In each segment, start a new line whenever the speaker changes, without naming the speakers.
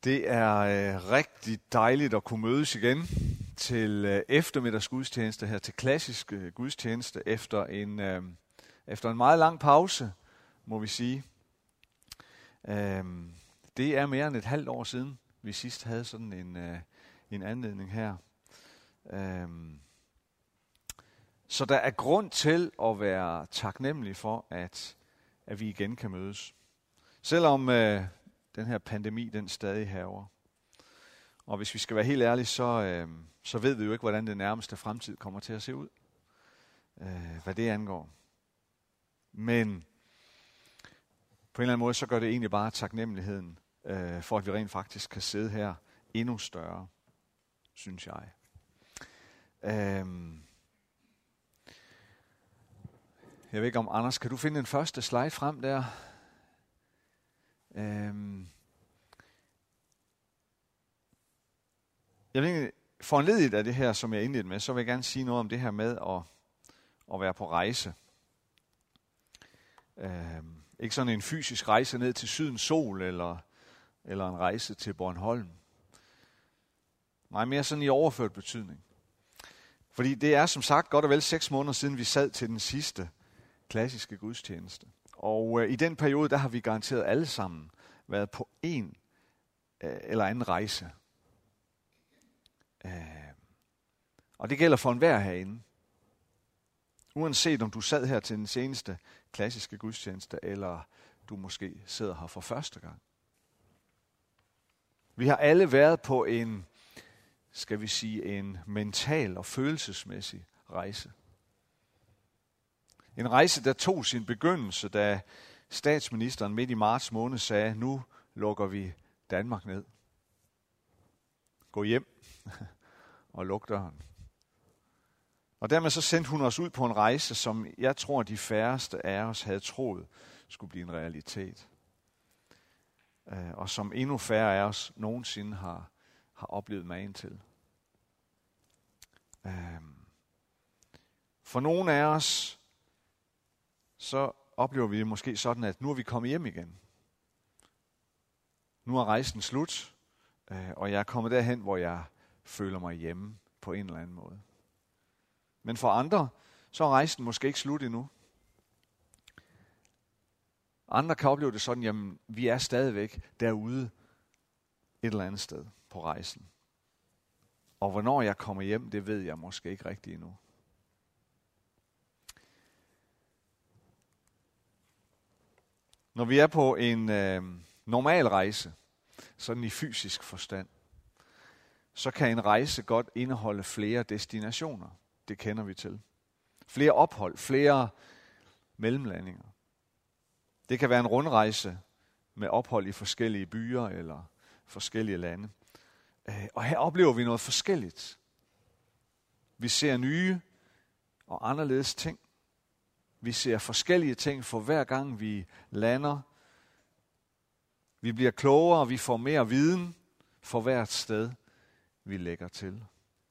Det er rigtig dejligt at kunne mødes igen til eftermiddagsgudstjeneste her, til klassisk gudstjeneste efter en meget lang pause, må vi sige. Det er mere end et halvt år siden, vi sidst havde sådan en anledning her. Så der er grund til at være taknemmelig for, at vi igen kan mødes. Selvom den her pandemi, den stadig hærger. Og hvis vi skal være helt ærlige, så ved vi jo ikke, hvordan den nærmeste fremtid kommer til at se ud. Hvad det angår. Men på en eller anden måde, så gør det egentlig bare taknemmeligheden for, at vi rent faktisk kan sidde her endnu større, synes jeg. Jeg ved ikke om, Anders, kan du finde den første slide frem der? Jeg vil foranlediget af det her, som jeg indledte med, så vil jeg gerne sige noget om det her med at være på rejse. Ikke sådan en fysisk rejse ned til Sydens Sol, eller en rejse til Bornholm. Nej, mere sådan i overført betydning. Fordi det er som sagt godt og vel 6 måneder siden, vi sad til den sidste klassiske gudstjeneste. Og i den periode, der har vi garanteret alle sammen været på en eller anden rejse. Og det gælder for enhver herinde. Uanset om du sad her til den seneste klassiske gudstjeneste, eller du måske sidder her for første gang. Vi har alle været på en mental og følelsesmæssig rejse. En rejse, der tog sin begyndelse, da statsministeren midt i marts måned sagde, nu lukker vi Danmark ned. Gå hjem og luk døren. Og dermed så sendte hun os ud på en rejse, som jeg tror, de færreste af os havde troet skulle blive en realitet. Og som endnu færre af os nogensinde har oplevet magen til. For nogle af os, så oplever vi det måske sådan, at nu er vi kommet hjem igen. Nu er rejsen slut, og jeg er kommet derhen, hvor jeg føler mig hjemme på en eller anden måde. Men for andre, så er rejsen måske ikke slut endnu. Andre kan opleve det sådan, jamen vi er stadigvæk derude et eller andet sted på rejsen. Og hvornår jeg kommer hjem, det ved jeg måske ikke rigtigt endnu. Når vi er på en normal rejse, sådan i fysisk forstand, så kan en rejse godt indeholde flere destinationer. Det kender vi til. Flere ophold, flere mellemlandinger. Det kan være en rundrejse med ophold i forskellige byer eller forskellige lande. Og her oplever vi noget forskelligt. Vi ser nye og anderledes ting. Vi ser forskellige ting for hver gang vi lander. Vi bliver klogere, vi får mere viden for hvert sted, vi lægger til.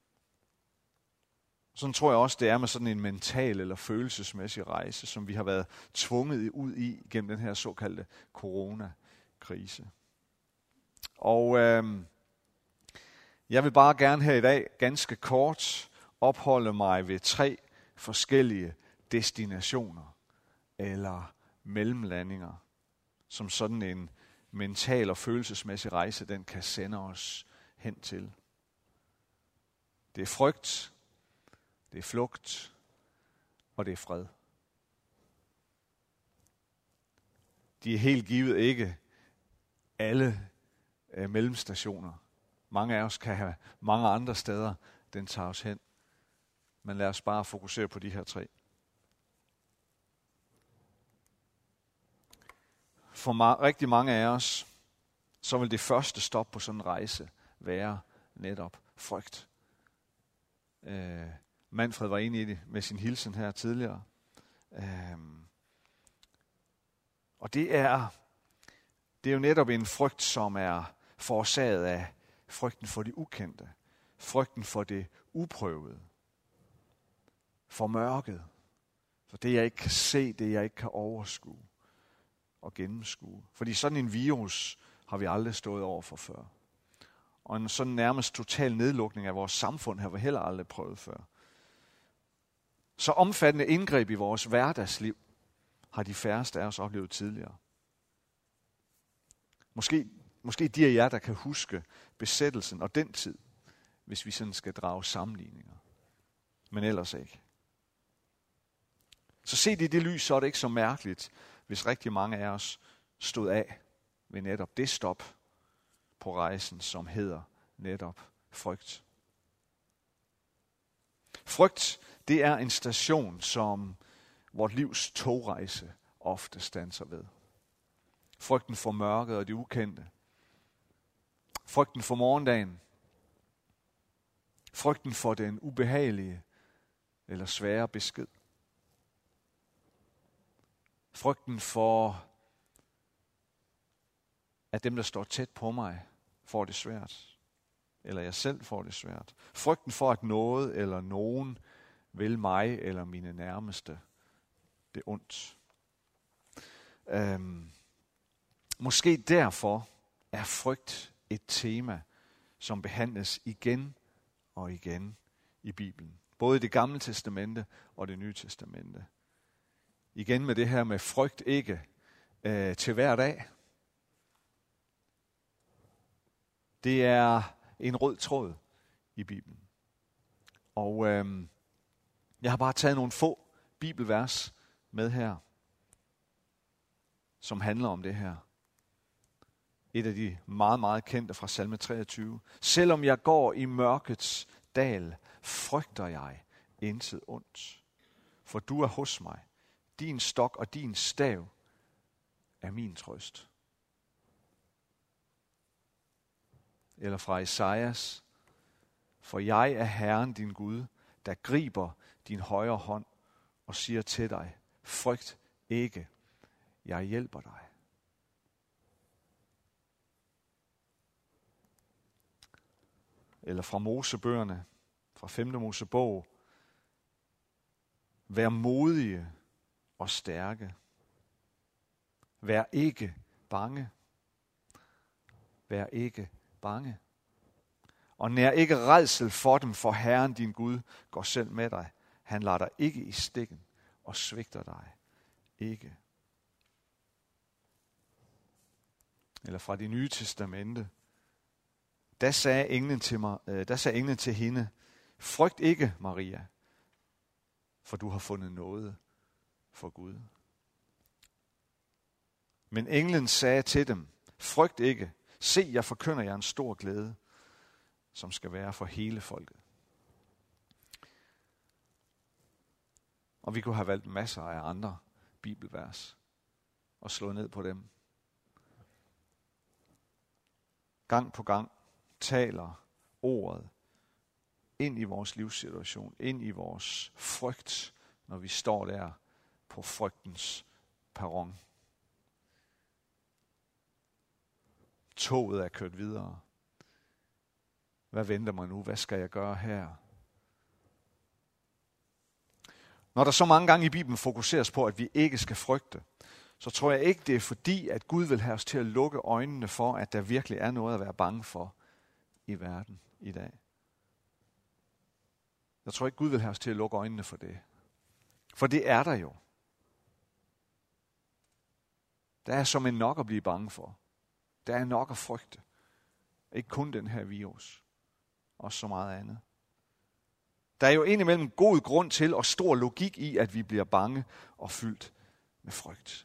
Sådan tror jeg også, det er med sådan en mental eller følelsesmæssig rejse, som vi har været tvunget ud i gennem den her såkaldte coronakrise. Og jeg vil bare gerne her i dag ganske kort opholde mig ved 3 forskellige destinationer eller mellemlandinger, som sådan en mental og følelsesmæssig rejse, den kan sende os hen til. Det er frygt, det er flugt, og det er fred. De er helt givet ikke alle mellemstationer. Mange af os kan have mange andre steder, den tager os hen. Men lad os bare fokusere på de her 3. For rigtig mange af os, så vil det første stop på sådan en rejse være netop frygt. Manfred var inde i det med sin hilsen her tidligere. Og det er jo netop en frygt, som er forårsaget af frygten for det ukendte. Frygten for det uprøvede. For mørket. For det jeg ikke kan se, det jeg ikke kan overskue og gennemskue. Fordi sådan en virus har vi aldrig stået over for før. Og en sådan nærmest total nedlukning af vores samfund har vi heller aldrig prøvet før. Så omfattende indgreb i vores hverdagsliv har de færreste af os oplevet tidligere. Måske de af jer, der kan huske besættelsen og den tid, hvis vi sådan skal drage sammenligninger. Men ellers ikke. Så set i det lys, så er det ikke så mærkeligt, hvis rigtig mange af os stod af ved netop det stop på rejsen, som hedder netop frygt. Frygt, det er en station, som vort livs togrejse ofte standser ved. Frygten for mørket og det ukendte. Frygten for morgendagen. Frygten for den ubehagelige eller svære besked. Frygten for, at dem, der står tæt på mig, får det svært. Eller jeg selv får det svært. Frygten for, at noget eller nogen vil mig eller mine nærmeste det ondt. Måske derfor er frygt et tema, som behandles igen og igen i Bibelen. Både i det gamle testamente og det nye testamente. Igen med det her med frygt ikke til hver dag. Det er en rød tråd i Bibelen. Og jeg har bare taget nogle få bibelvers med her, som handler om det her. Et af de meget, meget kendte fra salme 23. Selvom jeg går i mørkets dal, frygter jeg intet ondt. For du er hos mig. Din stok og din stav er min trøst. Eller fra Esajas. For jeg er Herren din Gud, der griber din højre hånd og siger til dig, frygt ikke, jeg hjælper dig. Eller fra Mosebøgerne, fra 5. Mosebog. Vær modige og stærke. Vær ikke bange. Vær ikke bange. Og nær ikke rædsel for dem, for Herren din Gud går selv med dig. Han lader dig ikke i stikken og svigter dig ikke. Eller fra det nye testamente. Der sagde englen til hende, frygt ikke, Maria, for du har fundet noget for Gud. Men englen sagde til dem, frygt ikke, se, jeg forkynder jer en stor glæde, som skal være for hele folket. Og vi kunne have valgt masser af andre bibelvers og slå ned på dem. Gang på gang taler ordet ind i vores livssituation, ind i vores frygt, når vi står der på frygtens perron. Toget er kørt videre. Hvad venter mig nu? Hvad skal jeg gøre her? Når der så mange gange i Bibelen fokuseres på, at vi ikke skal frygte, så tror jeg ikke, det er fordi, at Gud vil have os til at lukke øjnene for, at der virkelig er noget at være bange for i verden i dag. Jeg tror ikke, Gud vil have os til at lukke øjnene for det. For det er der jo. Der er som en nok at blive bange for. Der er nok at frygte. Ikke kun den her virus. Også så meget andet. Der er jo indimellem god grund til og stor logik i, at vi bliver bange og fyldt med frygt.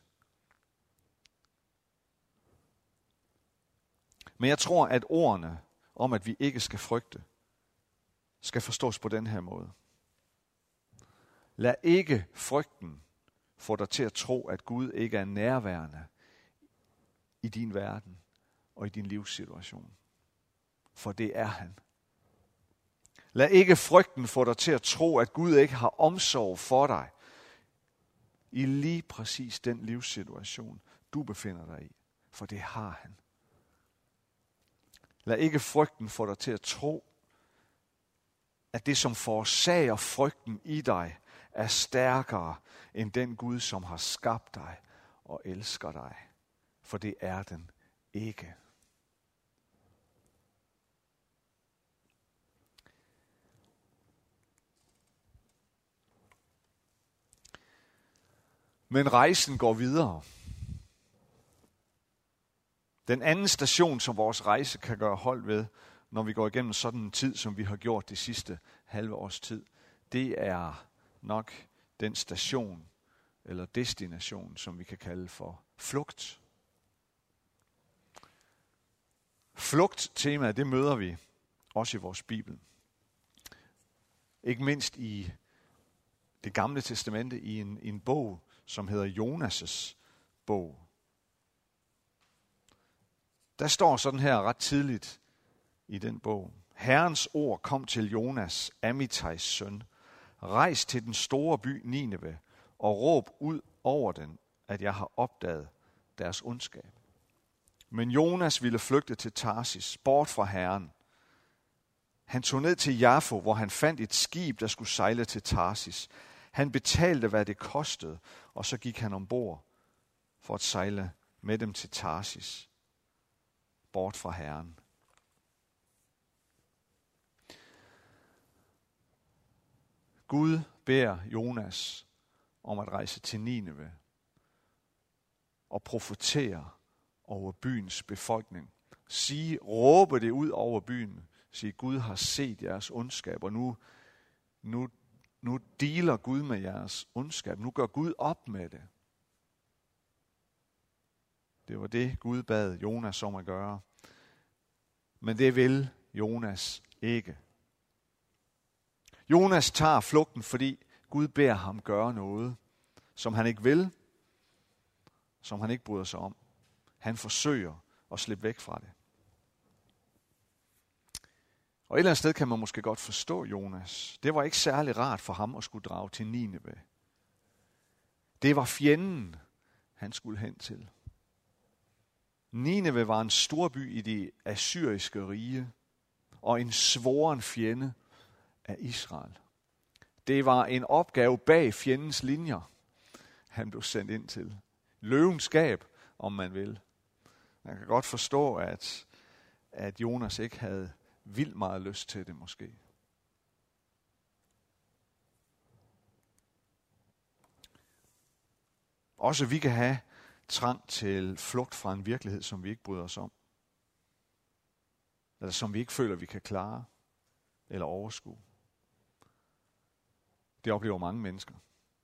Men jeg tror, at ordene om, at vi ikke skal frygte, skal forstås på den her måde. Lad ikke frygten få dig til at tro, at Gud ikke er nærværende i din verden og i din livssituation. For det er han. Lad ikke frygten få dig til at tro, at Gud ikke har omsorg for dig i lige præcis den livssituation, du befinder dig i. For det har han. Lad ikke frygten få dig til at tro, at det, som forårsager frygten i dig, er stærkere end den Gud, som har skabt dig og elsker dig. For det er den ikke. Men rejsen går videre. Den anden station, som vores rejse kan gøre hold ved, når vi går igennem sådan en tid, som vi har gjort det sidste halve års tid, det er nok den station eller destination, som vi kan kalde for flugt. Flugttemaet, det møder vi også i vores Bibel. Ikke mindst i det gamle testamente, i en bog, som hedder Jonas' bog. Der står sådan her ret tidligt i den bog. Herrens ord kom til Jonas, Amittais søn. Rejs til den store by Nineve og råb ud over den, at jeg har opdaget deres ondskab. Men Jonas ville flygte til Tarsis, bort fra Herren. Han tog ned til Jaffo, hvor han fandt et skib, der skulle sejle til Tarsis. Han betalte, hvad det kostede, og så gik han ombord for at sejle med dem til Tarsis, bort fra Herren. Gud beder Jonas om at rejse til Nineve og profetere over byens befolkning. Råbe det ud over byen. Sige, Gud har set jeres ondskab, og nu dealer Gud med jeres ondskab. Nu gør Gud op med det. Det var det, Gud bad Jonas om at gøre. Men det vil Jonas ikke. Jonas tager flugten, fordi Gud beder ham gøre noget, som han ikke vil, som han ikke bryder sig om. Han forsøger at slippe væk fra det. Og et eller andet sted kan man måske godt forstå Jonas. Det var ikke særlig rart for ham at skulle drage til Nineve. Det var fjenden, han skulle hen til. Nineve var en stor by i det assyriske rige, og en svoren fjende af Israel. Det var en opgave bag fjendens linjer, han blev sendt ind til. Løvenskab, om man vil. Man kan godt forstå, at Jonas ikke havde vildt meget lyst til det måske. Også vi kan have trang til flugt fra en virkelighed, som vi ikke bryder os om. Eller som vi ikke føler, vi kan klare eller overskue. Det oplever mange mennesker.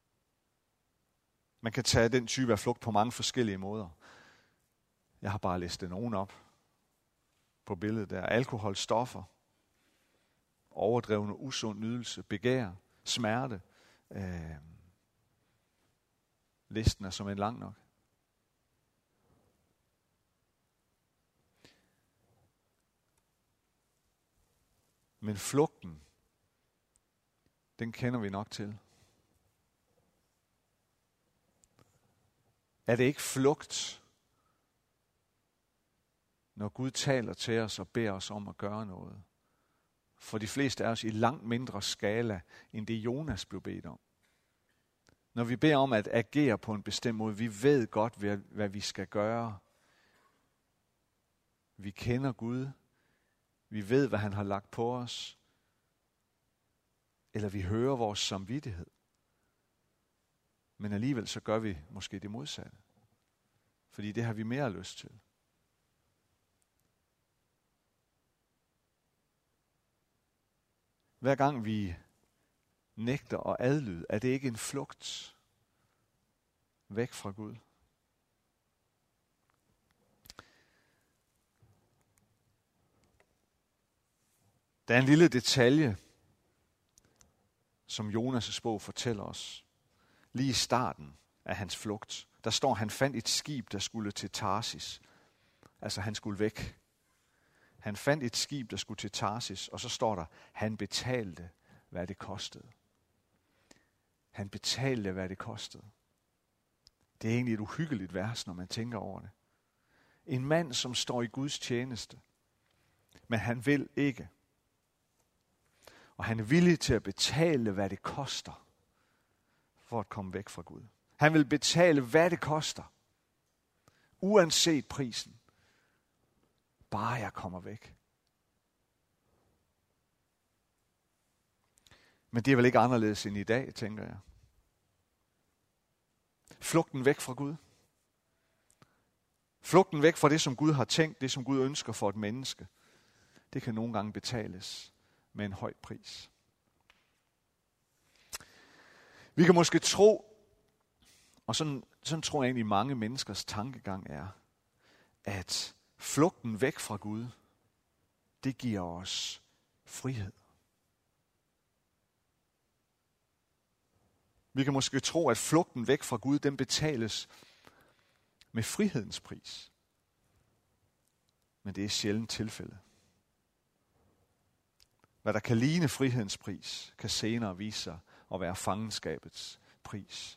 Man kan tage den type af flugt på mange forskellige måder. Jeg har bare listet nogen op på billedet der. Alkohol, stoffer, overdrevne, usund nydelse, begær, smerte. Listen er som en lang nok. Men flugten, den kender vi nok til. Er det ikke flugt, når Gud taler til os og beder os om at gøre noget? For de fleste af os i langt mindre skala, end det Jonas blev bedt om. Når vi beder om at agere på en bestemt måde, vi ved godt, hvad vi skal gøre. Vi kender Gud. Vi ved, hvad han har lagt på os. Eller vi hører vores samvittighed. Men alligevel så gør vi måske det modsatte. Fordi det har vi mere lyst til. Hver gang vi nægter at adlyde, er det ikke en flugt væk fra Gud? Der er en lille detalje, som Jonas' bog fortæller os. Lige i starten af hans flugt, der står, han fandt et skib, der skulle til Tarsis. Altså han skulle væk. Han fandt et skib, der skulle til Tarsis, og så står der, han betalte, hvad det kostede. Han betalte, hvad det kostede. Det er egentlig et uhyggeligt vers, når man tænker over det. En mand, som står i Guds tjeneste, men han vil ikke. Og han er villig til at betale, hvad det koster, for at komme væk fra Gud. Han vil betale, hvad det koster, uanset prisen. Bare jeg kommer væk. Men det er vel ikke anderledes end i dag, tænker jeg. flugten væk fra Gud. Flugten væk fra det, som Gud har tænkt, det som Gud ønsker for et menneske, det kan nogle gange betales med en høj pris. Vi kan måske tro, og sådan tror jeg egentlig mange menneskers tankegang er, at flugten væk fra Gud, det giver os frihed. Vi kan måske tro, at flugten væk fra Gud, den betales med frihedens pris. Men det er sjældent tilfældet. Hvad der kan ligne frihedens pris, kan senere vise sig at være fangenskabets pris.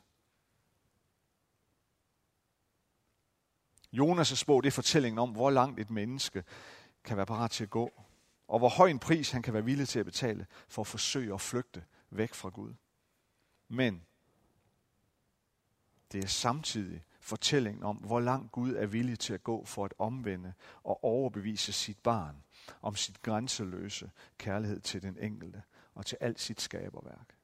Jonas' bog, det er fortællingen om, hvor langt et menneske kan være parat til at gå, og hvor høj en pris han kan være villig til at betale for at forsøge at flygte væk fra Gud. Men det er samtidig fortællingen om, hvor langt Gud er villig til at gå for at omvende og overbevise sit barn om sit grænseløse kærlighed til den enkelte og til alt sit skaberværk.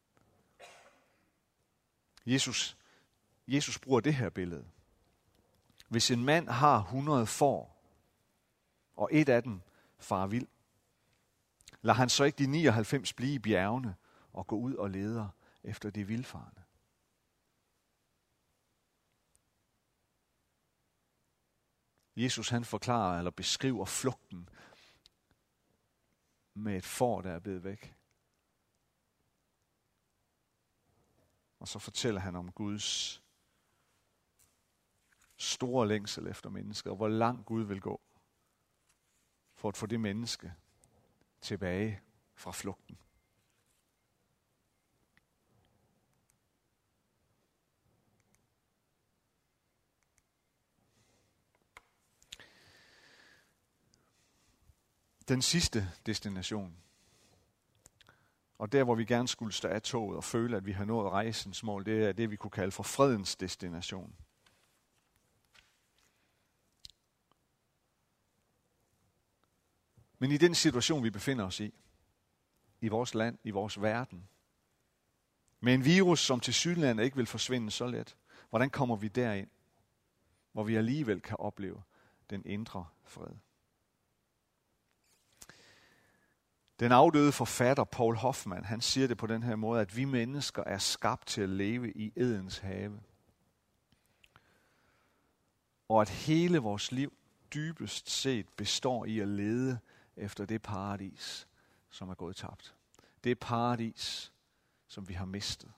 Jesus bruger det her billede. Hvis en mand har 100 får, og et af dem farer vild, lader han så ikke de 99 blive i bjergene og gå ud og leder efter de vildfarne. Jesus han forklarer eller beskriver flugten med et får, der er blevet væk. Og så fortæller han om Guds store længsel efter mennesker, og hvor langt Gud vil gå for at få det menneske tilbage fra flugten. Den sidste destination, og der hvor vi gerne skulle stå af toget og føle, at vi har nået rejsens mål, det er det, vi kunne kalde for fredens destination. Men i den situation, vi befinder os i vores land, i vores verden, med en virus, som tilsyneladende ikke vil forsvinde så let, hvordan kommer vi derind, hvor vi alligevel kan opleve den indre fred? Den afdøde forfatter Paul Hoffmann, han siger det på den her måde, at vi mennesker er skabt til at leve i Edens have. Og at hele vores liv dybest set består i at lede efter det paradis, som er gået tabt. Det paradis, som vi har mistet.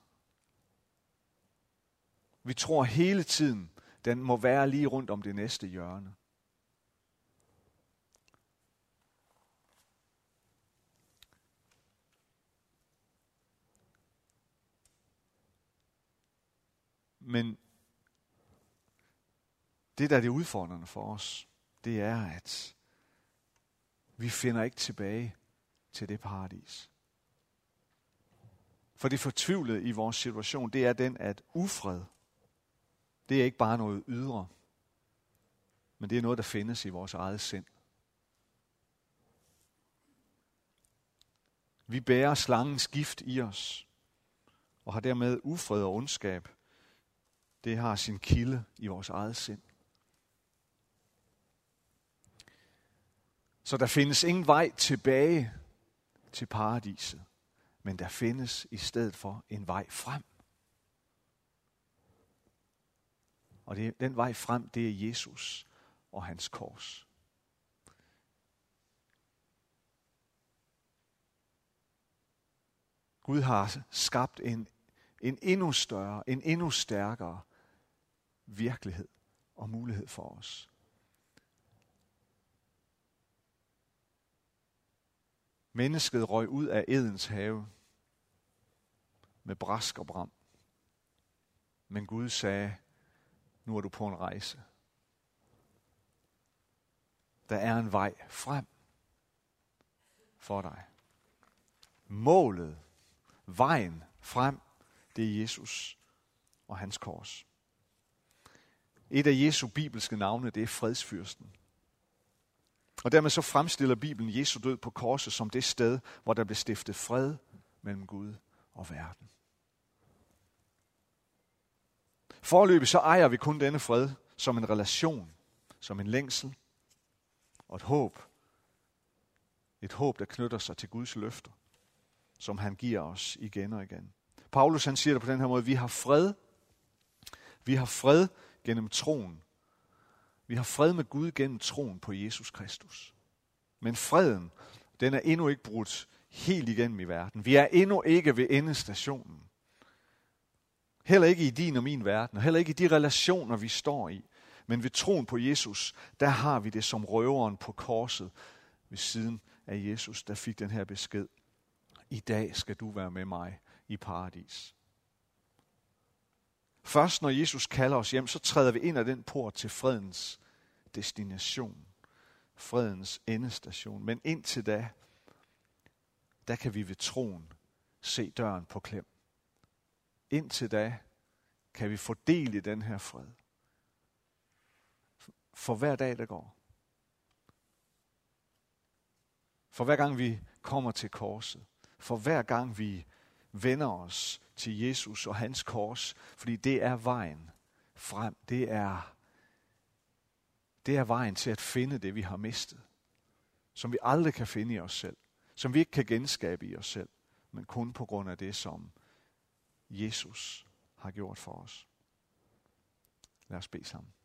Vi tror hele tiden, den må være lige rundt om det næste hjørne. Men det, der er det udfordrende for os, det er, at vi finder ikke tilbage til det paradis. For det fortvivlede i vores situation, det er den, at ufred, det er ikke bare noget ydre, men det er noget, der findes i vores eget sind. Vi bærer slangens gift i os, og har dermed ufred og ondskab. Det har sin kilde i vores eget sind. Så der findes ingen vej tilbage til paradiset, men der findes i stedet for en vej frem. Og den vej frem, det er Jesus og hans kors. Gud har skabt en endnu større, en endnu stærkere virkelighed og mulighed for os. Mennesket røg ud af Edens have med brask og bram. Men Gud sagde, nu er du på en rejse. Der er en vej frem for dig. Målet, vejen frem, det er Jesus og hans kors. Et af Jesu bibelske navne, det er fredsfyrsten. Og dermed så fremstiller Bibelen Jesu død på korset som det sted, hvor der blev stiftet fred mellem Gud og verden. Foreløbig så ejer vi kun denne fred som en relation, som en længsel og et håb. Et håb, der knytter sig til Guds løfter, som han giver os igen og igen. Paulus han siger det på den her måde, vi har fred. Vi har fred gennem troen. Vi har fred med Gud gennem troen på Jesus Kristus. Men freden, den er endnu ikke brudt helt igennem i verden. Vi er endnu ikke ved endestationen. Heller ikke i din og min verden, og heller ikke i de relationer, vi står i. Men ved troen på Jesus, der har vi det som røveren på korset ved siden af Jesus, der fik den her besked. I dag skal du være med mig i paradis. Først når Jesus kalder os hjem, så træder vi ind ad den port til fredens destination. Fredens endestation. Men indtil da, der kan vi ved troen se døren på klem. Indtil da kan vi få del i den her fred. For hver dag, der går. For hver gang vi kommer til korset. For hver gang vi vender os til Jesus og hans kors. Fordi det er vejen frem. Det er vejen til at finde det, vi har mistet. Som vi aldrig kan finde i os selv. Som vi ikke kan genskabe i os selv. Men kun på grund af det, som Jesus har gjort for os. Lad os bede sammen.